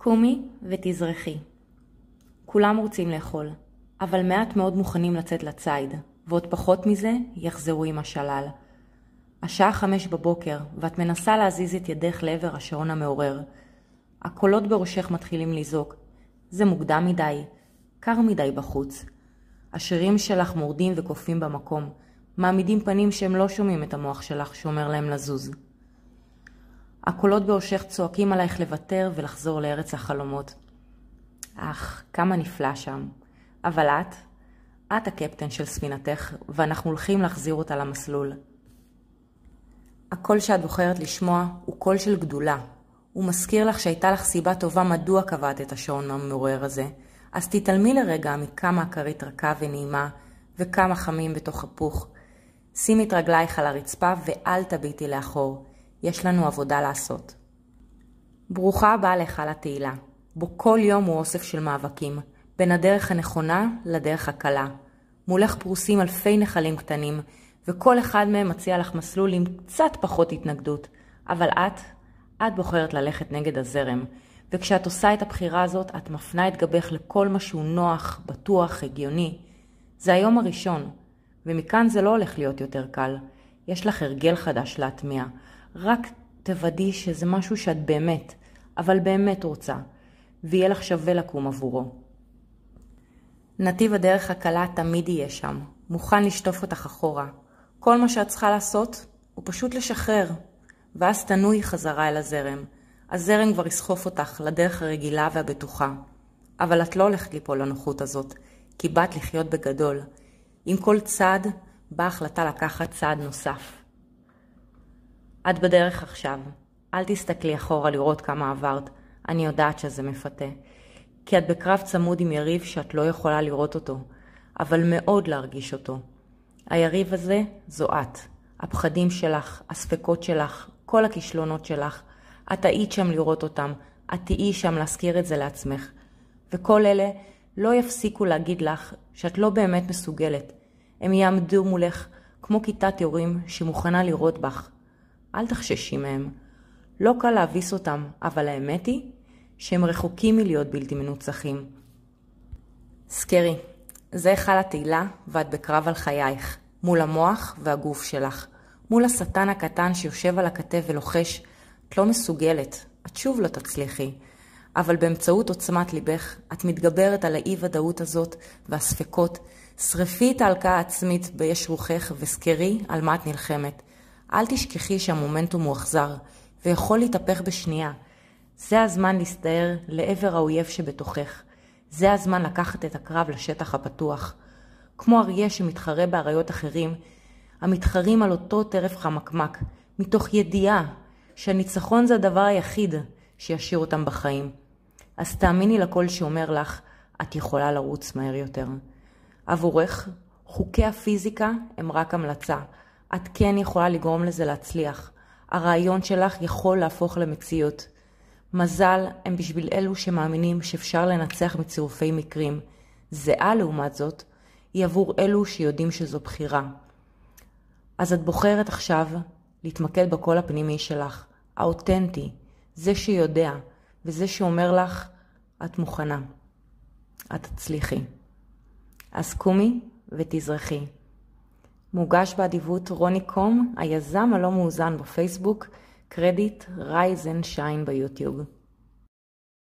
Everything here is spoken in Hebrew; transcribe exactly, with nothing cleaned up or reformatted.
קומי ותזרחי. כולם רוצים לאכול, אבל מעט מאוד מוכנים לצאת לציד, ועוד פחות מזה יחזרו עם השלל. השעה חמש בבוקר, ואת מנסה להזיז את ידך לעבר השעון המעורר. הקולות בראשך מתחילים לזעוק. זה מוקדם מדי, קר מדי בחוץ. השרירים שלך מורדים וקופים במקום, מעמידים פנים שהם לא שומעים את המוח שלך שאומר להם לזוז. הקולות בראשך צועקים עלייך לוותר ולחזור לארץ החלומות. אך, כמה נפלא שם. אבל את, את הקפטן של ספינתך, ואנחנו הולכים להחזיר אותה למסלול. הקול שאת בוחרת לשמוע הוא קול של גדולה. הוא מזכיר לך שהייתה לך סיבה טובה מדוע קבעת את השעון המעורר הזה. אז תתעלמי לרגע מכמה הכרית רכה ונעימה, וכמה חמים בתוך הפוך. שימי את רגלייך על הרצפה ואל תביטי לאחור. יש לנו עבודה לעשות. ברוכה הבאה להיכל התהילה, בו כל יום הוא אוסף של מאבקים, בין הדרך הנכונה לדרך הקלה. מולך פרוסים אלפי נחלים קטנים, וכל אחד מהם מציע לך מסלול עם קצת פחות התנגדות. אבל את, את בוחרת ללכת נגד הזרם, וכשאת עושה את הבחירה הזאת, את מפנה את גבך לכל משהו נוח, בטוח, הגיוני. זה היום הראשון, ומכאן זה לא הולך להיות יותר קל. יש לך הרגל חדש להטמיע. רק תוודאי שזה משהו שאת באמת, אבל באמת רוצה, ויהיה לך שווה לקום עבורו. נתיב הדרך הקלה תמיד יהיה שם, מוכן לשטוף אותך אחורה. כל מה שאת צריכה לעשות הוא פשוט לשחרר, ואז תנוי חזרה אל הזרם. הזרם כבר יסחוף אותך לדרך הרגילה והבטוחה. אבל את לא הולכת ליפול לנוחות הזאת, כי באת לחיות בגדול. עם כל צעד באה החלטה לקחת צעד נוסף. את בדרך עכשיו. אל תסתכלי אחורה לראות כמה עברת. אני יודעת שזה מפתה. כי את בקרב צמוד עם יריב שאת לא יכולה לראות אותו, אבל מאוד להרגיש אותו. היריב הזה זו את. הפחדים שלך, הספקות שלך, כל הכישלונות שלך. את היית שם לראות אותם. את תהיי שם להזכיר את זה לעצמך. וכל אלה לא יפסיקו להגיד לך שאת לא באמת מסוגלת. הם יעמדו מולך כמו כיתת יורים שמוכנה לראות בך. אל תחששי מהם. לא קל להביס אותם, אבל האמת היא שהם רחוקים מלהיות בלתי מנוצחים. סקרי, זה היכל התהילה ואת בקרב על חייך, מול המוח והגוף שלך. מול השטן הקטן שיושב על הכתב ולוחש, את לא מסוגלת, את שוב לא תצליחי. אבל באמצעות עוצמת ליבך, את מתגברת על האי-ודאות הזאת והספקות. שרפי את ההלקאה העצמית ביש רוחך וסקרי על מה את נלחמת. אל תשכחי שהמומנטום הוא אכזר, ויכול להתהפך בשנייה. זה הזמן להסתער לעבר האויב שבתוכך. זה הזמן לקחת את הקרב לשטח הפתוח. כמו אריה שמתחרה באריות אחרים, המתחרים על אותו טרף חמקמק, מתוך ידיעה שהניצחון זה הדבר היחיד שישאיר אותם בחיים. אז תאמיני לכל שאומר לך, את יכולה לרוץ מהר יותר. עבורך, חוקי הפיזיקה הם רק המלצה. את כן יכולה לגרום לזה להצליח. הרעיון שלך יכול להפוך למציאות. מזל הם בשביל אלו שמאמינים שאפשר לנצח מצירופי מקרים. זהה לעומת זאת, היא עבור אלו שיודעים שזו בחירה. אז את בוחרת עכשיו להתמקד בקול הפנימי שלך, האותנטי, זה שיודע, וזה שאומר לך, את מוכנה. את תצליחי. אז קומי ותזרחי. מוגש באדיבות רוני קום, היזם הלא מאוזן בפייסבוק, קרדיט Rise and Shine ביוטיוב.